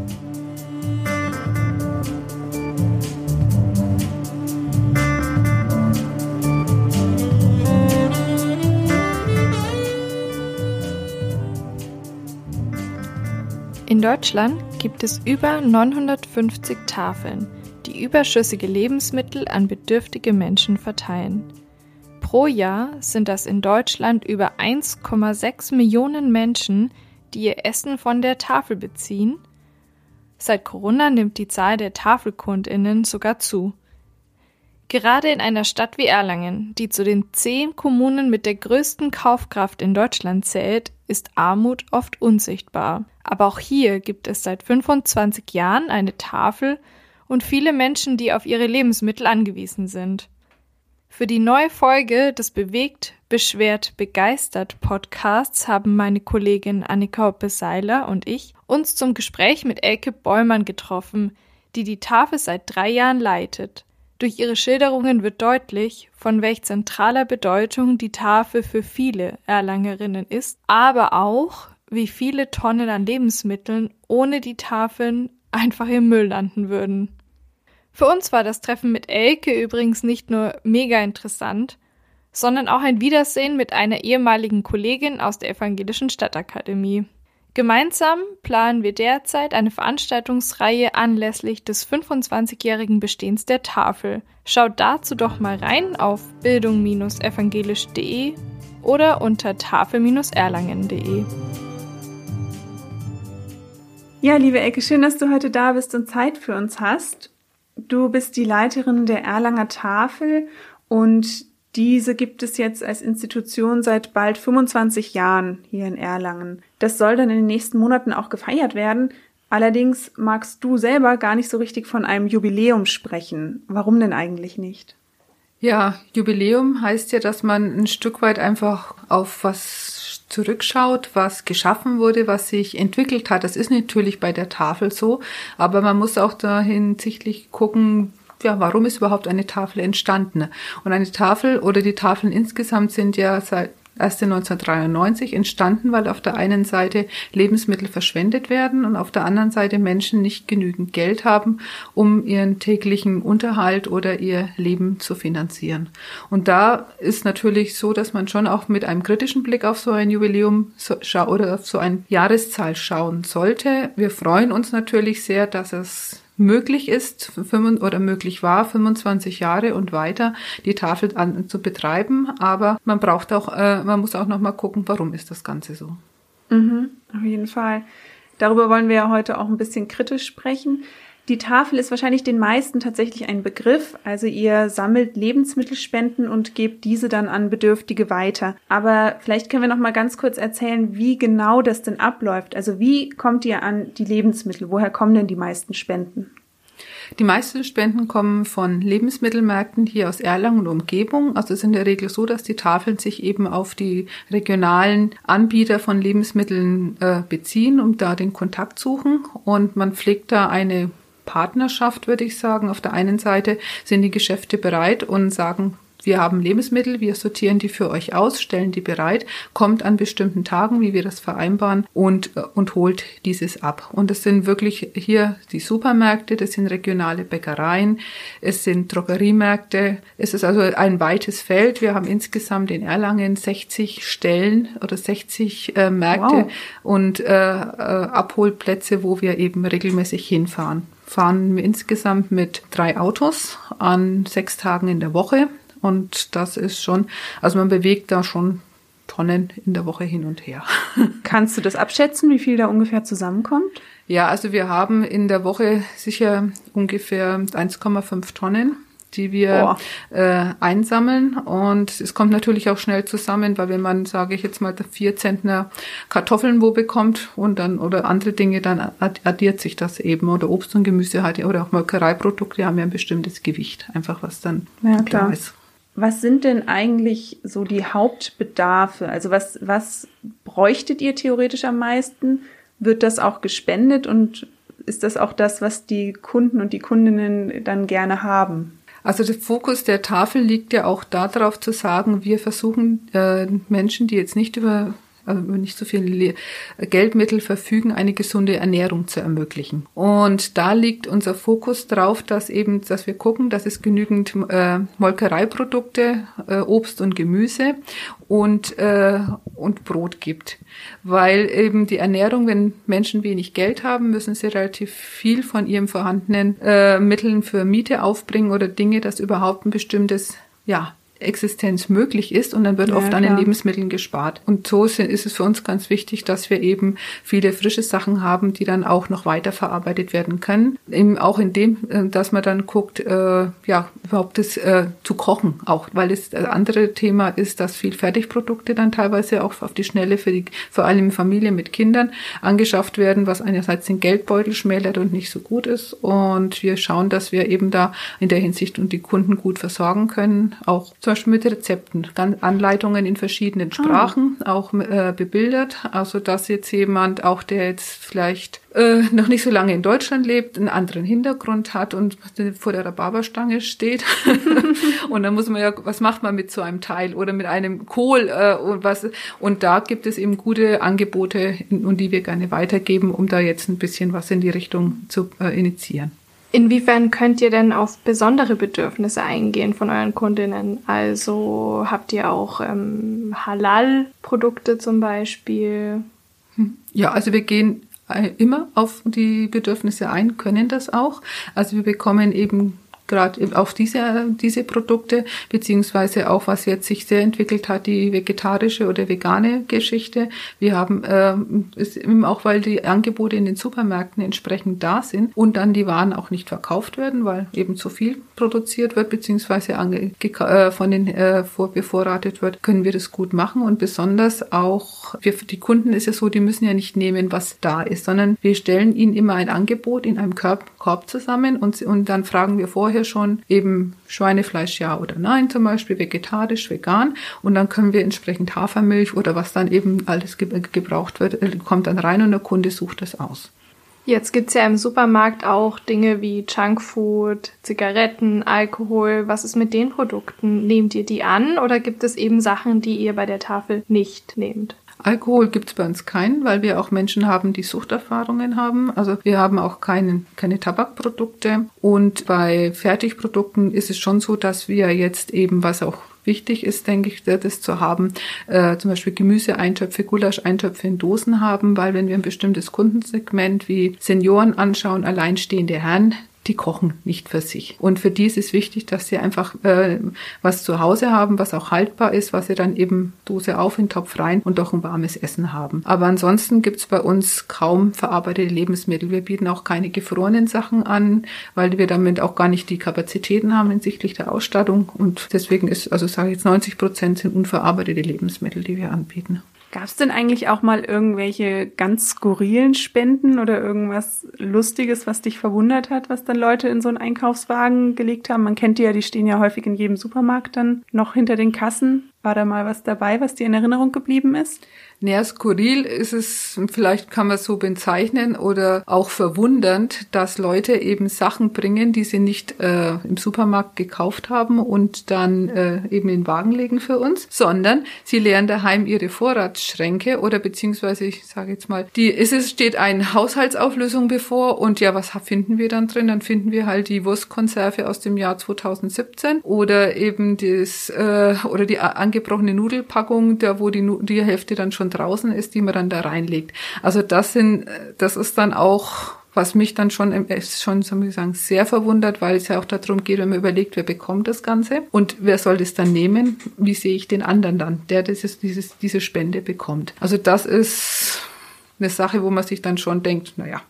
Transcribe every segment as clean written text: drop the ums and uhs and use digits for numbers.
In Deutschland gibt es über 950 Tafeln, die überschüssige Lebensmittel an bedürftige Menschen verteilen. Pro Jahr sind das in Deutschland über 1,6 Millionen Menschen, die ihr Essen von der Tafel beziehen. Seit Corona nimmt die Zahl der TafelkundInnen sogar zu. Gerade in einer Stadt wie Erlangen, die zu den 10 Kommunen mit der größten Kaufkraft in Deutschland zählt, ist Armut oft unsichtbar. Aber auch hier gibt es seit 25 Jahren eine Tafel und viele Menschen, die auf ihre Lebensmittel angewiesen sind. Für die neue Folge des Bewegt, Beschwert, Begeistert Podcasts haben meine Kollegin Annika Hoppe-Seiler und ich uns zum Gespräch mit Elke Bollmann getroffen, die die Tafel seit 3 Jahren leitet. Durch ihre Schilderungen wird deutlich, von welch zentraler Bedeutung die Tafel für viele Erlangerinnen ist, aber auch, wie viele Tonnen an Lebensmitteln ohne die Tafeln einfach im Müll landen würden. Für uns war das Treffen mit Elke übrigens nicht nur mega interessant, sondern auch ein Wiedersehen mit einer ehemaligen Kollegin aus der Evangelischen Stadtakademie. Gemeinsam planen wir derzeit eine Veranstaltungsreihe anlässlich des 25-jährigen Bestehens der Tafel. Schaut dazu doch mal rein auf bildung-evangelisch.de oder unter tafel-erlangen.de. Ja, liebe Elke, schön, dass du heute da bist und Zeit für uns hast. Du bist die Leiterin der Erlanger Tafel und diese gibt es jetzt als Institution seit bald 25 Jahren hier in Erlangen. Das soll dann in den nächsten Monaten auch gefeiert werden. Allerdings magst du selber gar nicht so richtig von einem Jubiläum sprechen. Warum denn eigentlich nicht? Ja, Jubiläum heißt ja, dass man ein Stück weit einfach auf was zurückschaut, was geschaffen wurde, was sich entwickelt hat. Das ist natürlich bei der Tafel so, aber man muss auch da hinsichtlich gucken, ja, warum ist überhaupt eine Tafel entstanden? Und eine Tafel oder die Tafeln insgesamt sind ja erst 1993 entstanden, weil auf der einen Seite Lebensmittel verschwendet werden und auf der anderen Seite Menschen nicht genügend Geld haben, um ihren täglichen Unterhalt oder ihr Leben zu finanzieren. Und da ist natürlich so, dass man schon auch mit einem kritischen Blick auf so ein Jubiläum oder auf so eine Jahreszahl schauen sollte. Wir freuen uns natürlich sehr, dass es möglich ist oder möglich war, 25 Jahre und weiter die Tafel zu betreiben. Aber man muss auch noch mal gucken, warum ist das Ganze so. Auf jeden Fall. Darüber wollen wir ja heute auch ein bisschen kritisch sprechen. Die Tafel ist wahrscheinlich den meisten tatsächlich ein Begriff. Also ihr sammelt Lebensmittelspenden und gebt diese dann an Bedürftige weiter. Aber vielleicht können wir noch mal ganz kurz erzählen, wie genau das denn abläuft. Also wie kommt ihr an die Lebensmittel? Woher kommen denn die meisten Spenden? Die meisten Spenden kommen von Lebensmittelmärkten hier aus Erlangen und Umgebung. Also es ist in der Regel so, dass die Tafeln sich eben auf die regionalen Anbieter von Lebensmitteln beziehen und da den Kontakt suchen. Und man pflegt da eine Partnerschaft, würde ich sagen. Auf der einen Seite sind die Geschäfte bereit und sagen, wir haben Lebensmittel, wir sortieren die für euch aus, stellen die bereit, kommt an bestimmten Tagen, wie wir das vereinbaren, und holt dieses ab. Und es sind wirklich hier die Supermärkte, das sind regionale Bäckereien, es sind Drogeriemärkte, es ist also ein weites Feld. Wir haben insgesamt in Erlangen 60 Stellen oder 60 Märkte und Abholplätze, wo wir eben regelmäßig hinfahren. Fahren wir insgesamt mit 3 Autos an 6 Tagen in der Woche. Und das ist schon, also man bewegt da schon Tonnen in der Woche hin und her. Kannst du das abschätzen, wie viel da ungefähr zusammenkommt? Ja, also wir haben in der Woche sicher ungefähr 1,5 Tonnen, die wir einsammeln. Und es kommt natürlich auch schnell zusammen, weil wenn man, sage ich jetzt mal, 4 Zentner Kartoffeln wo bekommt und dann oder andere Dinge, dann addiert sich das eben. Oder Obst und Gemüse halt, oder auch Molkereiprodukte haben ja ein bestimmtes Gewicht, einfach was dann klar ist. Was sind denn eigentlich so die Hauptbedarfe? Also was bräuchtet ihr theoretisch am meisten? Wird das auch gespendet und ist das auch das, was die Kunden und die Kundinnen dann gerne haben? Also der Fokus der Tafel liegt ja auch darauf zu sagen, wir versuchen Menschen, die jetzt nicht über nicht so viel Geldmittel verfügen, eine gesunde Ernährung zu ermöglichen. Und da liegt unser Fokus drauf, dass wir gucken, dass es genügend Molkereiprodukte, Obst und Gemüse und Brot gibt. Weil eben die Ernährung, wenn Menschen wenig Geld haben, müssen sie relativ viel von ihren vorhandenen Mitteln für Miete aufbringen oder Dinge, dass überhaupt ein bestimmtes, Existenz möglich ist, und dann wird oft an den Lebensmitteln gespart. Und so ist es für uns ganz wichtig, dass wir eben viele frische Sachen haben, die dann auch noch weiterverarbeitet werden können. Eben auch in dem, dass man dann guckt, überhaupt das zu kochen auch, weil das andere Thema ist, dass viel Fertigprodukte dann teilweise auch auf die Schnelle vor allem Familien mit Kindern angeschafft werden, was einerseits den Geldbeutel schmälert und nicht so gut ist. Und wir schauen, dass wir eben da in der Hinsicht und die Kunden gut versorgen können, auch zum Beispiel mit Rezepten, Anleitungen in verschiedenen Sprachen, auch bebildert. Also dass jetzt jemand, auch der jetzt vielleicht noch nicht so lange in Deutschland lebt, einen anderen Hintergrund hat und vor der Rhabarberstange steht. Und dann muss man was macht man mit so einem Teil oder mit einem Kohl und da gibt es eben gute Angebote, und die wir gerne weitergeben, um da jetzt ein bisschen was in die Richtung zu initiieren. Inwiefern könnt ihr denn auf besondere Bedürfnisse eingehen von euren Kundinnen? Also habt ihr auch Halal-Produkte zum Beispiel? Ja, also wir gehen immer auf die Bedürfnisse ein, können das auch. Also wir bekommen eben gerade auf diese Produkte, beziehungsweise auch, was jetzt sich sehr entwickelt hat, die vegetarische oder vegane Geschichte. Wir haben eben auch, weil die Angebote in den Supermärkten entsprechend da sind und dann die Waren auch nicht verkauft werden, weil eben zu viel produziert wird, beziehungsweise von den bevorratet wird, können wir das gut machen. Und besonders auch für die Kunden ist es so, die müssen ja nicht nehmen, was da ist, sondern wir stellen ihnen immer ein Angebot in einem Korb zusammen und dann fragen wir vorher schon eben Schweinefleisch ja oder nein, zum Beispiel vegetarisch, vegan, und dann können wir entsprechend Hafermilch oder was dann eben alles gebraucht wird, kommt dann rein und der Kunde sucht das aus. Jetzt gibt's ja im Supermarkt auch Dinge wie Junkfood, Zigaretten, Alkohol. Was ist mit den Produkten? Nehmt ihr die an oder gibt es eben Sachen, die ihr bei der Tafel nicht nehmt? Alkohol gibt's bei uns keinen, weil wir auch Menschen haben, die Suchterfahrungen haben. Also wir haben auch keine Tabakprodukte. Und bei Fertigprodukten ist es schon so, dass wir jetzt eben, was auch wichtig ist, denke ich, das zu haben, zum Beispiel Gemüseeintöpfe, Gulascheintöpfe in Dosen haben, weil wenn wir ein bestimmtes Kundensegment wie Senioren anschauen, alleinstehende Herren, die kochen nicht für sich. Und für die ist es wichtig, dass sie einfach was zu Hause haben, was auch haltbar ist, was sie dann eben Dose auf in den Topf rein und doch ein warmes Essen haben. Aber ansonsten gibt's bei uns kaum verarbeitete Lebensmittel. Wir bieten auch keine gefrorenen Sachen an, weil wir damit auch gar nicht die Kapazitäten haben hinsichtlich der Ausstattung. Und deswegen ist, also sage ich jetzt 90% sind unverarbeitete Lebensmittel, die wir anbieten. Gab es denn eigentlich auch mal irgendwelche ganz skurrilen Spenden oder irgendwas Lustiges, was dich verwundert hat, was dann Leute in so einen Einkaufswagen gelegt haben? Man kennt die ja, die stehen ja häufig in jedem Supermarkt dann noch hinter den Kassen. War da mal was dabei, was dir in Erinnerung geblieben ist? Naja, skurril ist es, vielleicht kann man es so bezeichnen, oder auch verwundernd, dass Leute eben Sachen bringen, die sie nicht im Supermarkt gekauft haben und dann eben in den Wagen legen für uns, sondern sie leeren daheim ihre Vorratsschränke oder beziehungsweise, ich sage jetzt mal, steht eine Haushaltsauflösung bevor und ja, was finden wir dann drin? Dann finden wir halt die Wurstkonserve aus dem Jahr 2017 oder eben oder die angebrochene Nudelpackung, wo die Hälfte dann schon draußen ist, die man dann da reinlegt. Also das ist dann auch, was mich dann schon soll ich sagen, sehr verwundert, weil es ja auch darum geht, wenn man überlegt, wer bekommt das Ganze und wer soll das dann nehmen, wie sehe ich den anderen dann, der diese Spende bekommt. Also das ist eine Sache, wo man sich dann schon denkt, naja.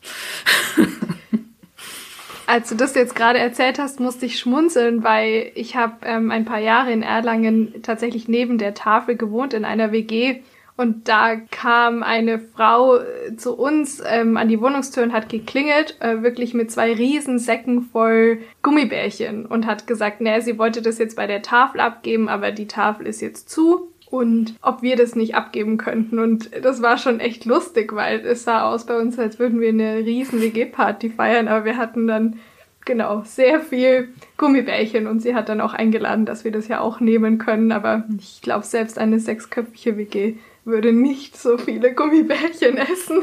Als du das jetzt gerade erzählt hast, musste ich schmunzeln, weil ich habe ein paar Jahre in Erlangen tatsächlich neben der Tafel gewohnt in einer WG. Und da kam eine Frau zu uns an die Wohnungstür und hat geklingelt, wirklich mit 2 Riesensäcken voll Gummibärchen und hat gesagt, sie wollte das jetzt bei der Tafel abgeben, aber die Tafel ist jetzt zu und ob wir das nicht abgeben könnten. Und das war schon echt lustig, weil es sah aus bei uns, als würden wir eine riesen WG-Party feiern, aber wir hatten dann sehr viel Gummibärchen und sie hat dann auch eingeladen, dass wir das ja auch nehmen können, aber ich glaube, selbst eine 6-köpfige WG würde nicht so viele Gummibärchen essen.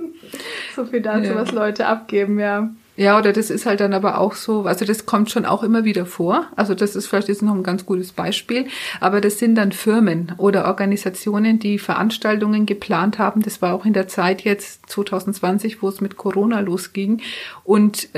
So viel dazu, was Leute abgeben, ja. Ja, oder das ist halt dann aber auch so, also das kommt schon auch immer wieder vor. Also das ist vielleicht jetzt noch ein ganz gutes Beispiel. Aber das sind dann Firmen oder Organisationen, die Veranstaltungen geplant haben. Das war auch in der Zeit jetzt 2020, wo es mit Corona losging. Und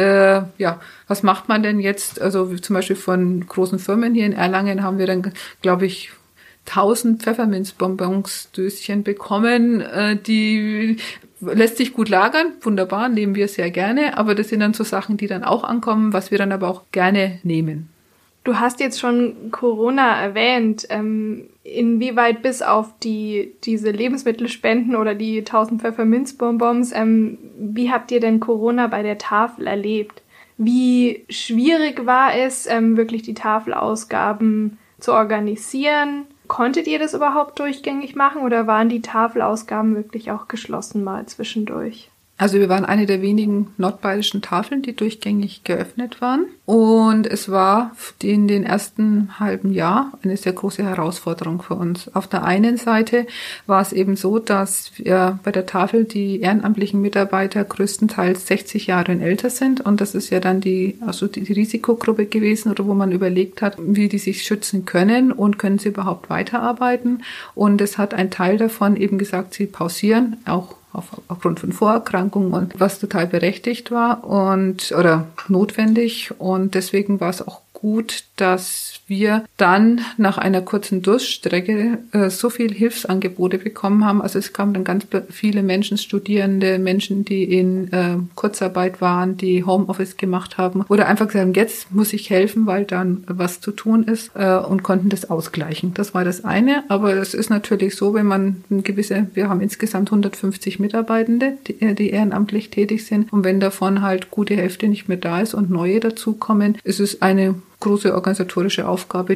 was macht man denn jetzt? Also zum Beispiel von großen Firmen hier in Erlangen haben wir dann, glaube ich, 1000 Pfefferminzbonbons-Döschen bekommen, die lässt sich gut lagern, wunderbar, nehmen wir sehr gerne, aber das sind dann so Sachen, die dann auch ankommen, was wir dann aber auch gerne nehmen. Du hast jetzt schon Corona erwähnt. Inwieweit bis auf diese Lebensmittelspenden oder die 1000 Pfefferminzbonbons, wie habt ihr denn Corona bei der Tafel erlebt? Wie schwierig war es, wirklich die Tafelausgaben zu organisieren? Konntet ihr das überhaupt durchgängig machen oder waren die Tafelausgaben wirklich auch geschlossen mal zwischendurch? Also wir waren eine der wenigen nordbayerischen Tafeln, die durchgängig geöffnet waren. Und es war in den ersten halben Jahr eine sehr große Herausforderung für uns. Auf der einen Seite war es eben so, dass wir bei der Tafel die ehrenamtlichen Mitarbeiter größtenteils 60 Jahre und älter sind. Und das ist ja dann die Risikogruppe gewesen, oder wo man überlegt hat, wie die sich schützen können und können sie überhaupt weiterarbeiten. Und es hat ein Teil davon eben gesagt, sie pausieren, auch aufgrund von Vorerkrankungen, und was total berechtigt war oder notwendig. Und deswegen war es auch gut, dass wir dann nach einer kurzen Durststrecke so viel Hilfsangebote bekommen haben. Also es kamen dann ganz viele Menschen, Studierende, Menschen, die in Kurzarbeit waren, die Homeoffice gemacht haben oder einfach gesagt haben, jetzt muss ich helfen, weil dann was zu tun ist, und konnten das ausgleichen. Das war das eine. Aber es ist natürlich so, wenn man wir haben insgesamt 150 Mitarbeitende, die ehrenamtlich tätig sind. Und wenn davon halt gute Hälfte nicht mehr da ist und neue dazukommen, ist es eine große organisatorische Aufgabe,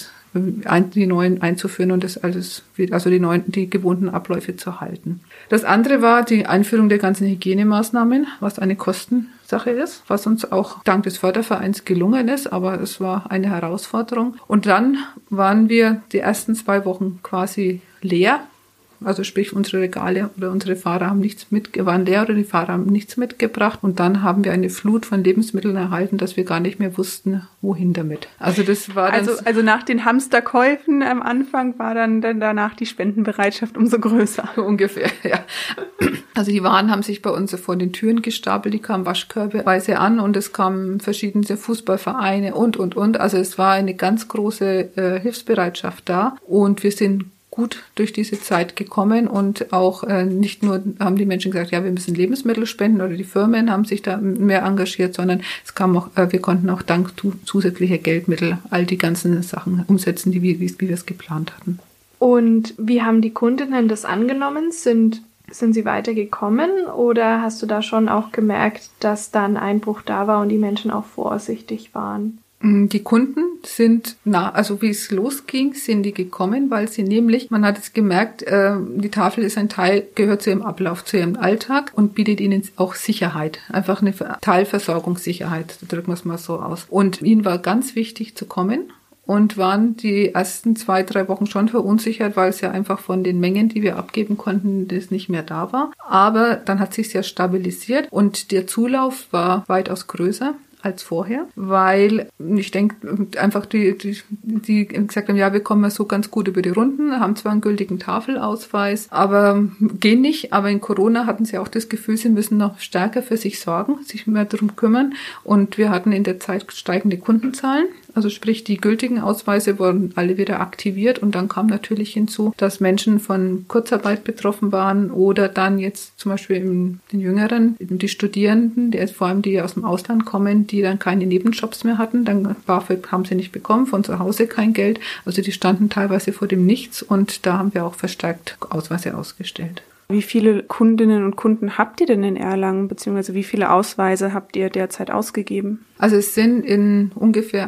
die neuen einzuführen und das alles, also die gewohnten Abläufe zu halten. Das andere war die Einführung der ganzen Hygienemaßnahmen, was eine Kostensache ist, was uns auch dank des Fördervereins gelungen ist, aber es war eine Herausforderung. Und dann waren wir die ersten 2 Wochen quasi leer. Also sprich, unsere Regale oder unsere Fahrer waren leer oder die Fahrer haben nichts mitgebracht. Und dann haben wir eine Flut von Lebensmitteln erhalten, dass wir gar nicht mehr wussten, wohin damit. Also das war dann also nach den Hamsterkäufen am Anfang war dann danach die Spendenbereitschaft umso größer. Ungefähr, ja. Also die Waren haben sich bei uns vor den Türen gestapelt, die kamen waschkörbeweise an und es kamen verschiedene Fußballvereine und. Also es war eine ganz große Hilfsbereitschaft da und wir sind gut durch diese Zeit gekommen und auch nicht nur haben die Menschen gesagt, ja, wir müssen Lebensmittel spenden oder die Firmen haben sich da mehr engagiert, sondern es kam auch, wir konnten auch dank zusätzlicher Geldmittel all die ganzen Sachen umsetzen, wie wir es geplant hatten. Und wie haben die Kundinnen das angenommen? Sind sie weitergekommen oder hast du da schon auch gemerkt, dass da ein Einbruch da war und die Menschen auch vorsichtig waren? Die Kunden sind, also wie es losging, sind die gekommen, weil sie nämlich, man hat es gemerkt, die Tafel ist ein Teil, gehört zu ihrem Ablauf, zu ihrem Alltag und bietet ihnen auch Sicherheit, einfach eine Teilversorgungssicherheit, drücken wir es mal so aus. Und ihnen war ganz wichtig zu kommen und waren die ersten 2-3 Wochen schon verunsichert, weil es ja einfach von den Mengen, die wir abgeben konnten, das nicht mehr da war. Aber dann hat sich sehr stabilisiert und der Zulauf war weitaus größer als vorher, weil ich denke einfach die gesagt haben, ja, wir kommen ja so ganz gut über die Runden, haben zwar einen gültigen Tafelausweis, aber gehen nicht, aber in Corona hatten sie auch das Gefühl, sie müssen noch stärker für sich sorgen, sich mehr darum kümmern und wir hatten in der Zeit steigende Kundenzahlen, also sprich die gültigen Ausweise wurden alle wieder aktiviert und dann kam natürlich hinzu, dass Menschen von Kurzarbeit betroffen waren oder dann jetzt zum Beispiel den Jüngeren, die Studierenden, vor allem die aus dem Ausland kommen, die dann keine Nebenjobs mehr hatten, dann BAföG haben sie nicht bekommen, von zu Hause kein Geld, also die standen teilweise vor dem Nichts und da haben wir auch verstärkt Ausweise ausgestellt. Wie viele Kundinnen und Kunden habt ihr denn in Erlangen, beziehungsweise wie viele Ausweise habt ihr derzeit ausgegeben? Also es sind in ungefähr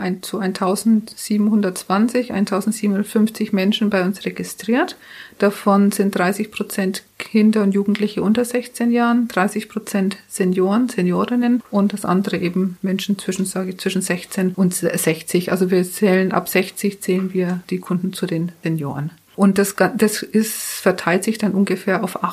1720, 1750 Menschen bei uns registriert. Davon sind 30% Kinder und Jugendliche unter 16 Jahren, 30% Senioren, Seniorinnen und das andere eben Menschen zwischen 16 und 60. Also ab 60 zählen wir die Kunden zu den Senioren. Und das verteilt sich dann ungefähr auf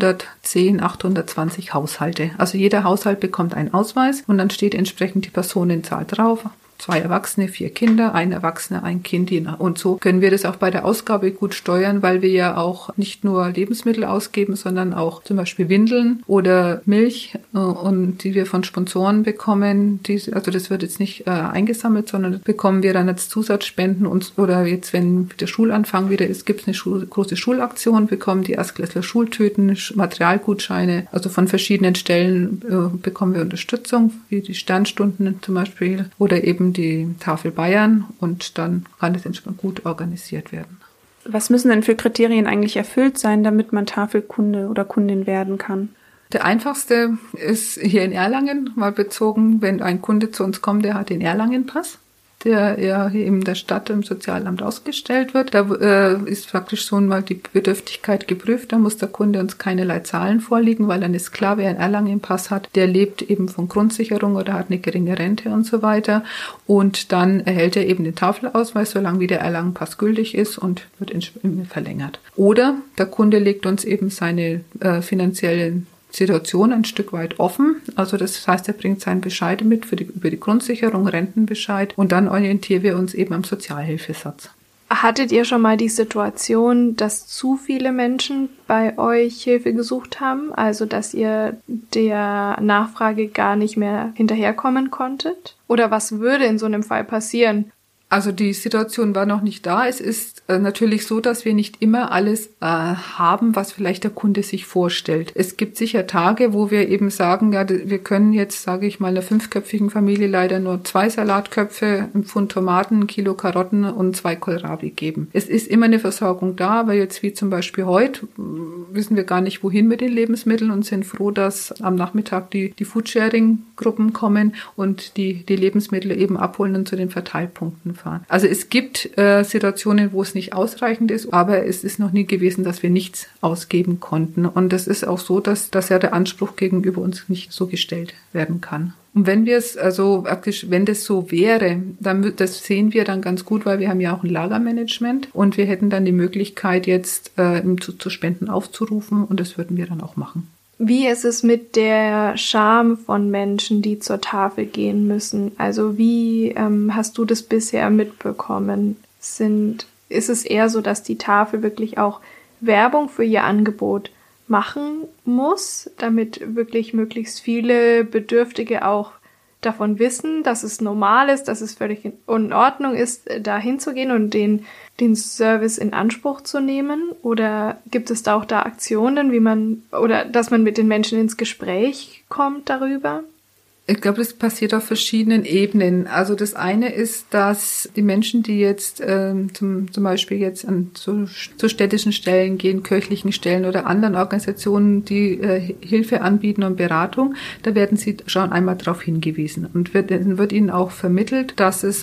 810, 820 Haushalte. Also jeder Haushalt bekommt einen Ausweis und dann steht entsprechend die Personenzahl drauf. 2 Erwachsene, 4 Kinder, 1 Erwachsener, 1 Kind. Und so können wir das auch bei der Ausgabe gut steuern, weil wir ja auch nicht nur Lebensmittel ausgeben, sondern auch zum Beispiel Windeln oder Milch, und die wir von Sponsoren bekommen. Also das wird jetzt nicht eingesammelt, sondern bekommen wir dann als Zusatzspenden. Oder jetzt, wenn der Schulanfang wieder ist, gibt es eine große Schulaktion, bekommen die Erstklässler Schultüten, Materialgutscheine. Also von verschiedenen Stellen bekommen wir Unterstützung, wie die Sternstunden zum Beispiel oder eben die Tafel Bayern, und dann kann das entsprechend gut organisiert werden. Was müssen denn für Kriterien eigentlich erfüllt sein, damit man Tafelkunde oder Kundin werden kann? Der einfachste ist hier in Erlangen, mal bezogen, wenn ein Kunde zu uns kommt, der hat den Erlangen-Pass, der ja hier in der Stadt im Sozialamt ausgestellt wird. Da ist praktisch schon mal die Bedürftigkeit geprüft. Da muss der Kunde uns keinerlei Zahlen vorlegen, weil dann ist klar, wer einen Erlangen-Pass hat, der lebt eben von Grundsicherung oder hat eine geringe Rente und so weiter. Und dann erhält er eben den Tafelausweis, solange wie der Erlangen-Pass gültig ist, und wird verlängert. Oder der Kunde legt uns eben seine finanziellen Situation ein Stück weit offen. Also das heißt, er bringt seinen Bescheid mit über die Grundsicherung, Rentenbescheid, und dann orientieren wir uns eben am Sozialhilfesatz. Hattet ihr schon mal die Situation, dass zu viele Menschen bei euch Hilfe gesucht haben? Also dass ihr der Nachfrage gar nicht mehr hinterherkommen konntet? Oder was würde in so einem Fall passieren? Also die Situation war noch nicht da. Es ist natürlich so, dass wir nicht immer alles haben, was vielleicht der Kunde sich vorstellt. Es gibt sicher Tage, wo wir eben sagen, ja, wir können jetzt, sage ich mal, einer 5-köpfigen Familie leider nur 2 Salatköpfe, 1 Pfund Tomaten, 1 Kilo Karotten und 2 Kohlrabi geben. Es ist immer eine Versorgung da, aber jetzt wie zum Beispiel heute wissen wir gar nicht, wohin mit den Lebensmitteln, und sind froh, dass am Nachmittag die Foodsharing-Gruppen kommen und die Lebensmittel eben abholen und zu den Verteilpunkten fahren. Also es gibt Situationen, wo es nicht ausreichend ist, aber es ist noch nie gewesen, dass wir nichts ausgeben konnten. Und das ist auch so, dass ja der Anspruch gegenüber uns nicht so gestellt werden kann. Und wenn wir es, also praktisch, wenn das so wäre, dann das sehen wir dann ganz gut, weil wir haben ja auch ein Lagermanagement, und wir hätten dann die Möglichkeit, jetzt zu Spenden aufzurufen, und das würden wir dann auch machen. Wie ist es mit der Scham von Menschen, die zur Tafel gehen müssen? Also wie hast du das bisher mitbekommen? Ist es eher so, dass die Tafel wirklich auch Werbung für ihr Angebot machen muss, damit wirklich möglichst viele Bedürftige auch davon wissen, dass es normal ist, dass es völlig in Ordnung ist, da hinzugehen und den Service in Anspruch zu nehmen? Oder gibt es da auch Aktionen, dass man mit den Menschen ins Gespräch kommt darüber? Ich glaube, das passiert auf verschiedenen Ebenen. Also das eine ist, dass die Menschen, die jetzt zum Beispiel jetzt zu städtischen Stellen gehen, kirchlichen Stellen oder anderen Organisationen, die Hilfe anbieten und Beratung, da werden sie schon einmal darauf hingewiesen. Und wird ihnen auch vermittelt, dass es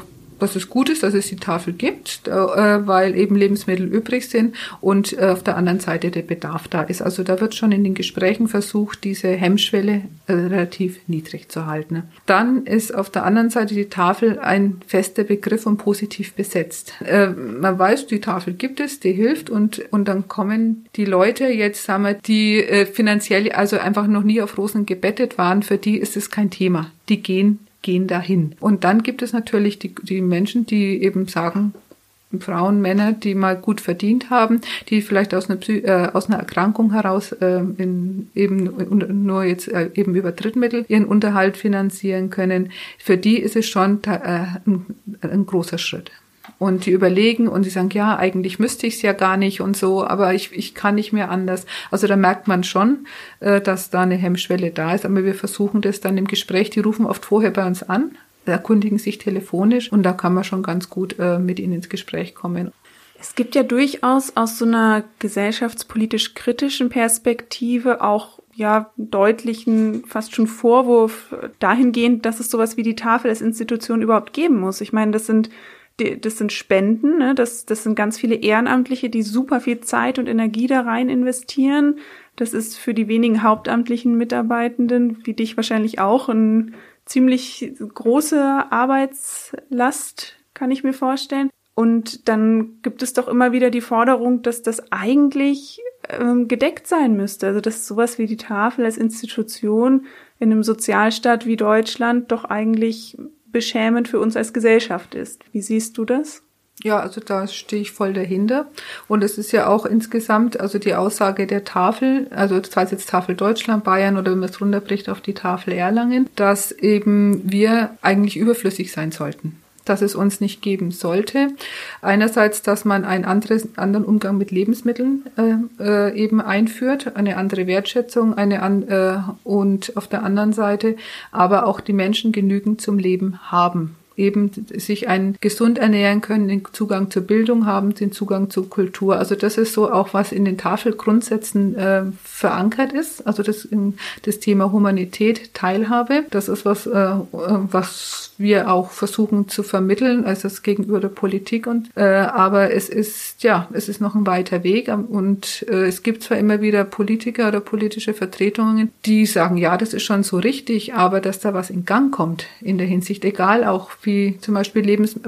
gut ist, dass es die Tafel gibt, weil eben Lebensmittel übrig sind und auf der anderen Seite der Bedarf da ist. Also da wird schon in den Gesprächen versucht, diese Hemmschwelle relativ niedrig zu halten. Dann ist auf der anderen Seite die Tafel ein fester Begriff und positiv besetzt. Man weiß, die Tafel gibt es, die hilft, und dann kommen die Leute jetzt, sagen wir, die finanziell also einfach noch nie auf Rosen gebettet waren, für die ist es kein Thema. Die gehen dahin. Und dann gibt es natürlich die Menschen, die eben sagen, Frauen, Männer, die mal gut verdient haben, die vielleicht aus einer Erkrankung heraus eben über Drittmittel ihren Unterhalt finanzieren können. Für die ist es schon ein großer Schritt. Und die überlegen und die sagen, ja, eigentlich müsste ich es ja gar nicht und so, aber ich kann nicht mehr anders. Also da merkt man schon, dass da eine Hemmschwelle da ist, aber wir versuchen das dann im Gespräch, die rufen oft vorher bei uns an, erkundigen sich telefonisch, und da kann man schon ganz gut mit ihnen ins Gespräch kommen. Es gibt ja durchaus aus so einer gesellschaftspolitisch kritischen Perspektive auch deutlichen, fast schon Vorwurf dahingehend, dass es sowas wie die Tafel als Institution überhaupt geben muss. Ich meine, das sind Spenden, ne? Das sind ganz viele Ehrenamtliche, die super viel Zeit und Energie da rein investieren. Das ist für die wenigen hauptamtlichen Mitarbeitenden, wie dich wahrscheinlich auch, eine ziemlich große Arbeitslast, kann ich mir vorstellen. Und dann gibt es doch immer wieder die Forderung, dass das eigentlich gedeckt sein müsste. Also dass sowas wie die Tafel als Institution in einem Sozialstaat wie Deutschland doch eigentlich beschämend für uns als Gesellschaft ist. Wie siehst du das? Ja, also da stehe ich voll dahinter. Und es ist ja auch insgesamt, also die Aussage der Tafel, also das heißt jetzt Tafel Deutschland, Bayern oder wenn man es runterbricht auf die Tafel Erlangen, dass eben wir eigentlich überflüssig sein sollten. Dass es uns nicht geben sollte. Einerseits, dass man einen anderen Umgang mit Lebensmitteln eben einführt, eine andere Wertschätzung, und auf der anderen Seite aber auch die Menschen genügend zum Leben haben. Eben sich gesund ernähren können, den Zugang zur Bildung haben, den Zugang zur Kultur. Also das ist so auch, was in den Tafelgrundsätzen verankert ist. Also das Thema Humanität, Teilhabe. Das ist was wir auch versuchen zu vermitteln, also das gegenüber der Politik. Aber es ist noch ein weiter Weg. Und es gibt zwar immer wieder Politiker oder politische Vertretungen, die sagen, ja, das ist schon so richtig, aber dass da was in Gang kommt in der Hinsicht, egal auch wie zum Beispiel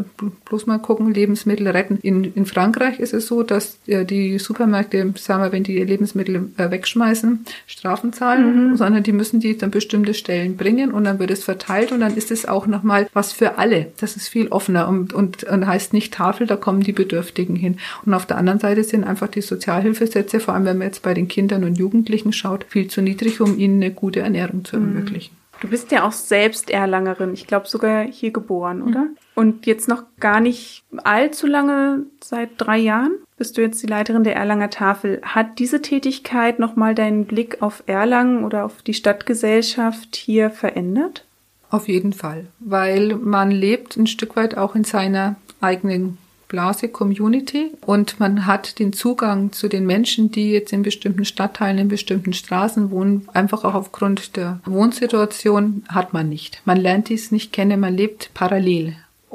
Lebensmittel retten. In Frankreich ist es so, dass die Supermärkte, sagen wir, wenn die Lebensmittel wegschmeißen, Strafen zahlen, sondern die müssen die an bestimmte Stellen bringen und dann wird es verteilt und dann ist es auch nochmal was für alle. Das ist viel offener und heißt nicht Tafel, da kommen die Bedürftigen hin. Und auf der anderen Seite sind einfach die Sozialhilfesätze, vor allem wenn man jetzt bei den Kindern und Jugendlichen schaut, viel zu niedrig, um ihnen eine gute Ernährung zu ermöglichen. Du bist ja auch selbst Erlangerin, ich glaube sogar hier geboren, oder? Und jetzt noch gar nicht allzu lange, seit 3 Jahren, bist du jetzt die Leiterin der Erlanger Tafel. Hat diese Tätigkeit nochmal deinen Blick auf Erlangen oder auf die Stadtgesellschaft hier verändert? Auf jeden Fall, weil man lebt ein Stück weit auch in seiner eigenen Blase, Community und man hat den Zugang zu den Menschen, die jetzt in bestimmten Stadtteilen, in bestimmten Straßen wohnen, einfach auch aufgrund der Wohnsituation hat man nicht. Man lernt dies nicht kennen, man lebt parallel.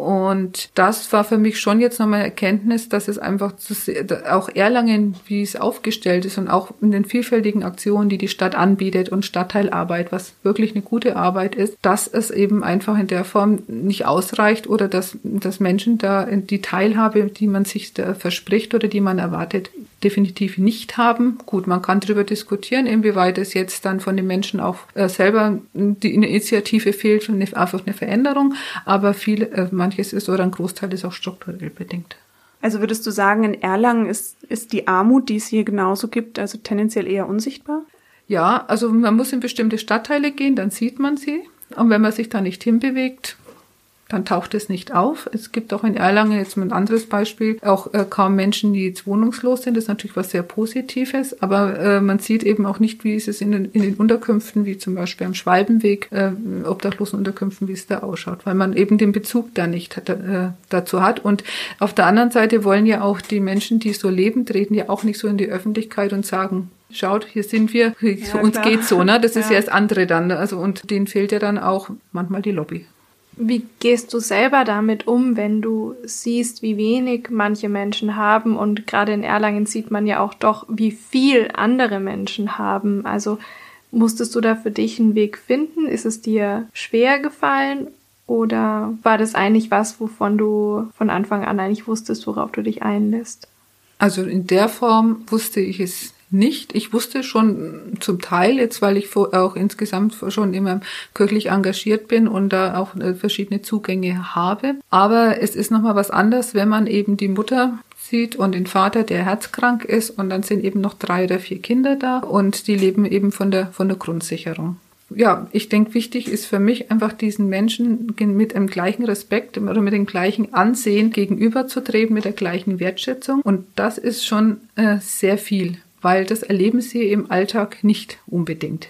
Und das war für mich schon jetzt nochmal Erkenntnis, dass es einfach auch Erlangen, wie es aufgestellt ist und auch in den vielfältigen Aktionen, die die Stadt anbietet und Stadtteilarbeit, was wirklich eine gute Arbeit ist, dass es eben einfach in der Form nicht ausreicht oder dass Menschen da die Teilhabe, die man sich da verspricht oder die man erwartet, definitiv nicht haben. Gut, man kann darüber diskutieren, inwieweit es jetzt dann von den Menschen auch selber die Initiative fehlt und einfach eine Veränderung, aber manches ist oder ein Großteil ist auch strukturell bedingt. Also würdest du sagen, in Erlangen ist die Armut, die es hier genauso gibt, also tendenziell eher unsichtbar? Ja, also man muss in bestimmte Stadtteile gehen, dann sieht man sie. Und wenn man sich da nicht hinbewegt, dann taucht es nicht auf. Es gibt auch in Erlangen, jetzt mal ein anderes Beispiel, auch kaum Menschen, die jetzt wohnungslos sind. Das ist natürlich was sehr Positives, aber man sieht eben auch nicht, wie ist es in den Unterkünften, wie zum Beispiel am Schwalbenweg, Obdachlosenunterkünften, wie es da ausschaut, weil man eben den Bezug da nicht dazu hat. Und auf der anderen Seite wollen ja auch die Menschen, die so leben, treten ja auch nicht so in die Öffentlichkeit und sagen, schaut, hier sind wir, uns geht's so, ne? Das ist ja das andere dann. Also, und denen fehlt ja dann auch manchmal die Lobby. Wie gehst du selber damit um, wenn du siehst, wie wenig manche Menschen haben? Und gerade in Erlangen sieht man ja auch doch, wie viel andere Menschen haben. Also musstest du da für dich einen Weg finden? Ist es dir schwer gefallen? Oder war das eigentlich was, wovon du von Anfang an eigentlich wusstest, worauf du dich einlässt? Also in der Form wusste ich es nicht. Ich wusste schon zum Teil jetzt, weil ich auch insgesamt schon immer kirchlich engagiert bin und da auch verschiedene Zugänge habe. Aber es ist nochmal was anderes, wenn man eben die Mutter sieht und den Vater, der herzkrank ist und dann sind eben noch 3 oder 4 Kinder da und die leben eben von der Grundsicherung. Ja, ich denke, wichtig ist für mich einfach diesen Menschen mit dem gleichen Respekt oder mit dem gleichen Ansehen gegenüberzutreten, mit der gleichen Wertschätzung und das ist schon sehr viel. Weil das erleben sie im Alltag nicht unbedingt.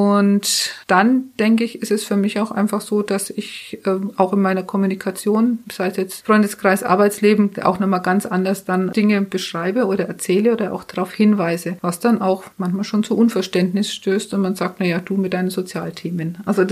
Und dann, denke ich, ist es für mich auch einfach so, dass ich auch in meiner Kommunikation, sei es jetzt Freundeskreis, Arbeitsleben, auch nochmal ganz anders dann Dinge beschreibe oder erzähle oder auch darauf hinweise, was dann auch manchmal schon zu Unverständnis stößt und man sagt, naja, du mit deinen Sozialthemen. Also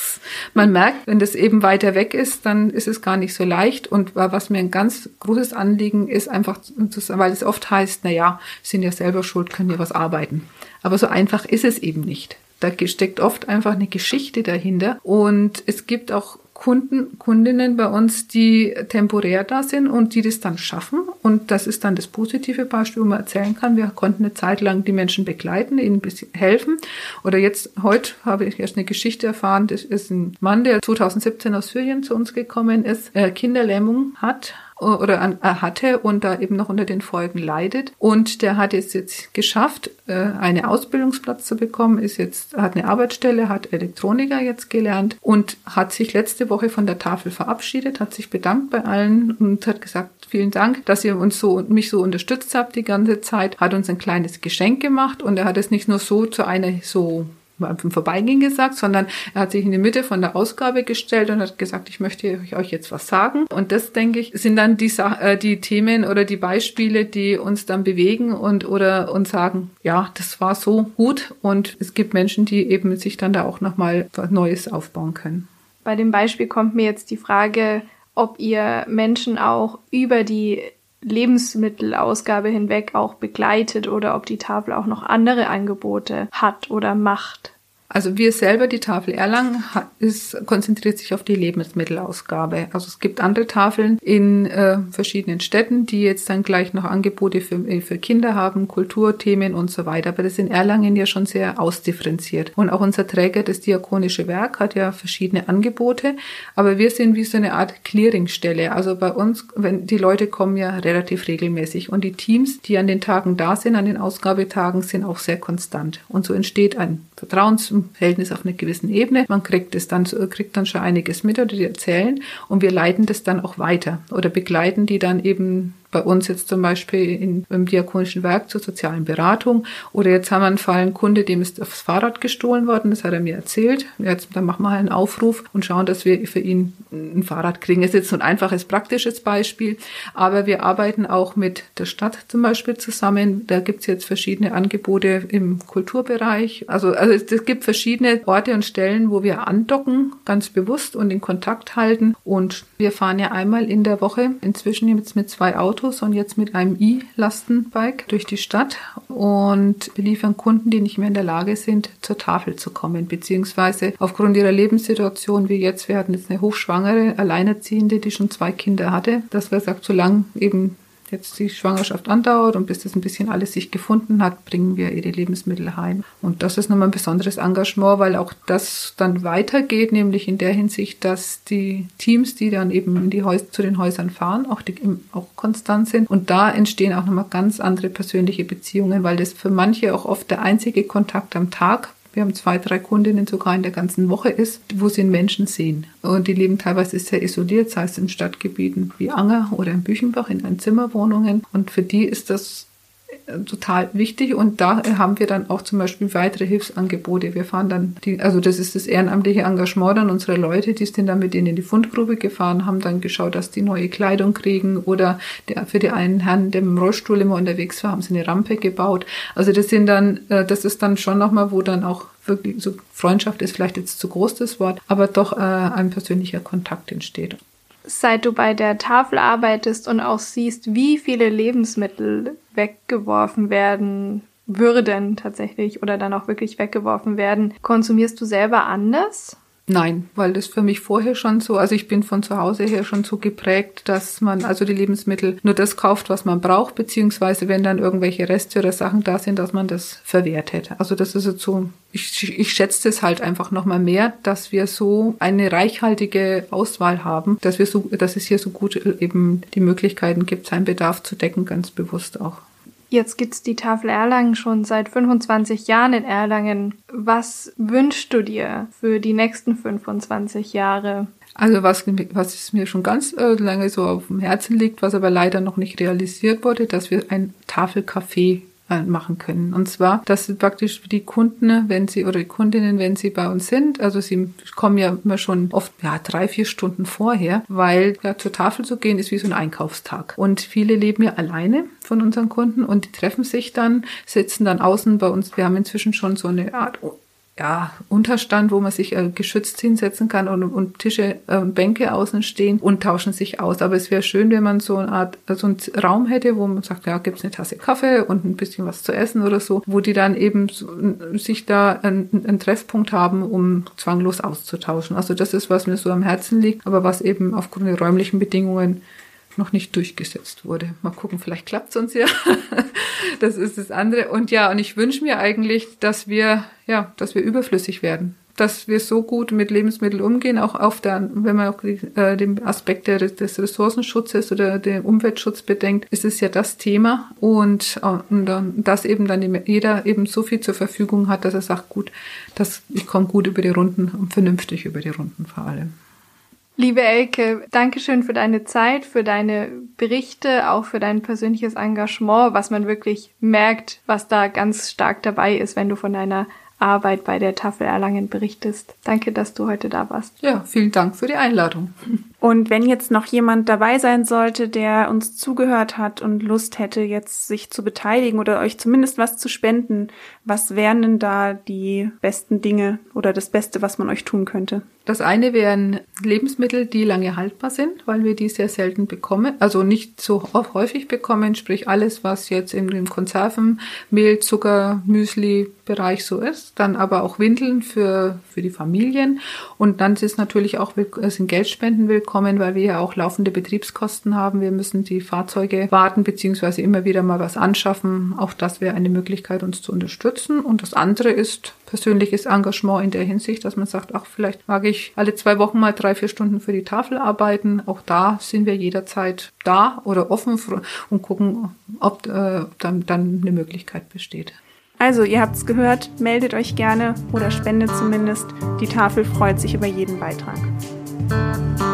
man merkt, wenn das eben weiter weg ist, dann ist es gar nicht so leicht. Und was mir ein ganz großes Anliegen ist, einfach, weil es oft heißt, naja, sind ja selber schuld, können ja was arbeiten. Aber so einfach ist es eben nicht. Da steckt oft einfach eine Geschichte dahinter und es gibt auch Kundinnen bei uns, die temporär da sind und die das dann schaffen. Und das ist dann das positive Beispiel, wo man erzählen kann, wir konnten eine Zeit lang die Menschen begleiten, ihnen ein bisschen helfen. Oder heute habe ich erst eine Geschichte erfahren, das ist ein Mann, der 2017 aus Syrien zu uns gekommen ist, Kinderlähmung hat oder hatte und da eben noch unter den Folgen leidet. Und der hat es jetzt geschafft, einen Ausbildungsplatz zu bekommen, hat eine Arbeitsstelle, hat Elektroniker jetzt gelernt und hat sich letzte Woche von der Tafel verabschiedet, hat sich bedankt bei allen und hat gesagt, vielen Dank, dass ihr mich so unterstützt habt die ganze Zeit, hat uns ein kleines Geschenk gemacht und er hat es nicht nur so zu einer so beim Vorbeigehen gesagt, sondern er hat sich in die Mitte von der Ausgabe gestellt und hat gesagt, ich möchte euch jetzt was sagen. Und das, denke ich, sind dann die Themen oder die Beispiele, die uns dann bewegen oder uns sagen, ja, das war so gut. Und es gibt Menschen, die eben sich dann da auch nochmal was Neues aufbauen können. Bei dem Beispiel kommt mir jetzt die Frage, ob ihr Menschen auch über die Lebensmittelausgabe hinweg auch begleitet oder ob die Tafel auch noch andere Angebote hat oder macht. Also wir selber, die Tafel Erlangen, konzentriert sich auf die Lebensmittelausgabe. Also es gibt andere Tafeln in verschiedenen Städten, die jetzt dann gleich noch Angebote für Kinder haben, Kulturthemen und so weiter. Aber das ist in Erlangen ja schon sehr ausdifferenziert. Und auch unser Träger, das Diakonische Werk, hat ja verschiedene Angebote. Aber wir sind wie so eine Art Clearingstelle. Also bei uns, die Leute kommen ja relativ regelmäßig. Und die Teams, die an den Tagen da sind, an den Ausgabetagen, sind auch sehr konstant. Und so entsteht ein Vertrauensverhältnis auf einer gewissen Ebene. Man kriegt dann schon einiges mit oder die erzählen und wir leiten das dann auch weiter oder begleiten die dann eben bei uns jetzt zum Beispiel im Diakonischen Werk zur sozialen Beratung. Oder jetzt haben wir einen Fall, ein Kunde, dem ist aufs Fahrrad gestohlen worden, das hat er mir erzählt. Dann machen wir halt einen Aufruf und schauen, dass wir für ihn ein Fahrrad kriegen. Das ist jetzt so ein einfaches, praktisches Beispiel, aber wir arbeiten auch mit der Stadt zum Beispiel zusammen. Da gibt es jetzt verschiedene Angebote im Kulturbereich. Also es gibt verschiedene Orte und Stellen, wo wir andocken, ganz bewusst und in Kontakt halten. Und wir fahren ja einmal in der Woche, inzwischen jetzt mit 2 Autos und jetzt mit einem E-Lastenbike durch die Stadt und beliefern Kunden, die nicht mehr in der Lage sind, zur Tafel zu kommen, beziehungsweise aufgrund ihrer Lebenssituation, wie jetzt, wir hatten jetzt eine hochschwangere, Alleinerziehende, die schon 2 Kinder hatte, dass wir sagt, solange eben jetzt die Schwangerschaft andauert und bis das ein bisschen alles sich gefunden hat, bringen wir ihre Lebensmittel heim. Und das ist nochmal ein besonderes Engagement, weil auch das dann weitergeht, nämlich in der Hinsicht, dass die Teams, die dann eben zu den Häusern fahren, auch konstant sind. Und da entstehen auch nochmal ganz andere persönliche Beziehungen, weil das für manche auch oft der einzige Kontakt am Tag, wir haben 2, 3 Kundinnen sogar in der ganzen Woche ist, wo sie den Menschen sehen. Und die leben teilweise sehr isoliert, sei es in Stadtgebieten wie Anger oder in Büchenbach in Einzimmerwohnungen. Und für die ist das total wichtig und da haben wir dann auch zum Beispiel weitere Hilfsangebote. Wir fahren dann, das ist das ehrenamtliche Engagement dann unserer Leute, die sind dann mit denen in die Fundgrube gefahren, haben dann geschaut, dass die neue Kleidung kriegen oder für den einen Herrn, der mit dem Rollstuhl immer unterwegs war, haben sie eine Rampe gebaut. Also das ist dann schon nochmal, wo dann auch wirklich so Freundschaft ist vielleicht jetzt zu groß das Wort, aber doch ein persönlicher Kontakt entsteht. Seit du bei der Tafel arbeitest und auch siehst, wie viele Lebensmittel weggeworfen werden würden tatsächlich oder dann auch wirklich weggeworfen werden, konsumierst du selber anders? Nein, weil das für mich vorher schon so, also ich bin von zu Hause her schon so geprägt, dass man also die Lebensmittel nur das kauft, was man braucht, beziehungsweise wenn dann irgendwelche Reste oder Sachen da sind, dass man das verwertet. Also das ist jetzt so, ich schätze das halt einfach nochmal mehr, dass wir so eine reichhaltige Auswahl haben, dass es hier so gut eben die Möglichkeiten gibt, seinen Bedarf zu decken, ganz bewusst auch. Jetzt gibt's die Tafel Erlangen schon seit 25 Jahren in Erlangen. Was wünschst du dir für die nächsten 25 Jahre? Also was mir schon ganz lange so auf dem Herzen liegt, was aber leider noch nicht realisiert wurde, dass wir ein Tafelcafé machen können. Und zwar, dass praktisch die Kunden, die Kundinnen, wenn sie bei uns sind, also sie kommen ja immer schon oft 3-4 Stunden vorher, weil zur Tafel zu gehen ist wie so ein Einkaufstag. Und viele leben ja alleine von unseren Kunden und die treffen sich dann, sitzen dann außen bei uns. Wir haben inzwischen schon so eine Art Unterstand, wo man sich geschützt hinsetzen kann und Tische und Bänke außen stehen und tauschen sich aus. Aber es wäre schön, wenn man so eine Art, so einen Raum hätte, wo man sagt, ja, gibt's eine Tasse Kaffee und ein bisschen was zu essen oder so, wo die dann eben sich da einen Treffpunkt haben, um zwanglos auszutauschen. Also das ist, was mir so am Herzen liegt, aber was eben aufgrund der räumlichen Bedingungen noch nicht durchgesetzt wurde. Mal gucken, vielleicht klappt's uns ja. Das ist das andere. Und ich wünsche mir eigentlich, dass wir überflüssig werden. Dass wir so gut mit Lebensmitteln umgehen, auch wenn man auch den Aspekt des Ressourcenschutzes oder den Umweltschutz bedenkt, ist es ja das Thema. Und dass eben dann jeder eben so viel zur Verfügung hat, dass er sagt, gut, ich komme gut über die Runden und vernünftig über die Runden vor allem. Liebe Elke, Dankeschön für deine Zeit, für deine Berichte, auch für dein persönliches Engagement, was man wirklich merkt, was da ganz stark dabei ist, wenn du von deiner Arbeit bei der Tafel Erlangen berichtest. Danke, dass du heute da warst. Ja, vielen Dank für die Einladung. Und wenn jetzt noch jemand dabei sein sollte, der uns zugehört hat und Lust hätte, jetzt sich zu beteiligen oder euch zumindest was zu spenden, was wären denn da die besten Dinge oder das Beste, was man euch tun könnte? Das eine wären Lebensmittel, die lange haltbar sind, weil wir die sehr selten bekommen, also nicht so häufig bekommen, sprich alles, was jetzt in dem Konserven, Mehl, Zucker, Müsli-Bereich so ist. Dann aber auch Windeln für die Familien. Und dann ist natürlich auch sind Geldspenden willkommen, weil wir ja auch laufende Betriebskosten haben. Wir müssen die Fahrzeuge warten, beziehungsweise immer wieder mal was anschaffen. Auch das wäre eine Möglichkeit, uns zu unterstützen. Und das andere ist persönliches Engagement in der Hinsicht, dass man sagt, vielleicht mag ich alle 2 Wochen mal 3-4 Stunden für die Tafel arbeiten. Auch da sind wir jederzeit da oder offen und gucken, ob dann eine Möglichkeit besteht. Also, ihr habt's gehört, meldet euch gerne oder spendet zumindest. Die Tafel freut sich über jeden Beitrag.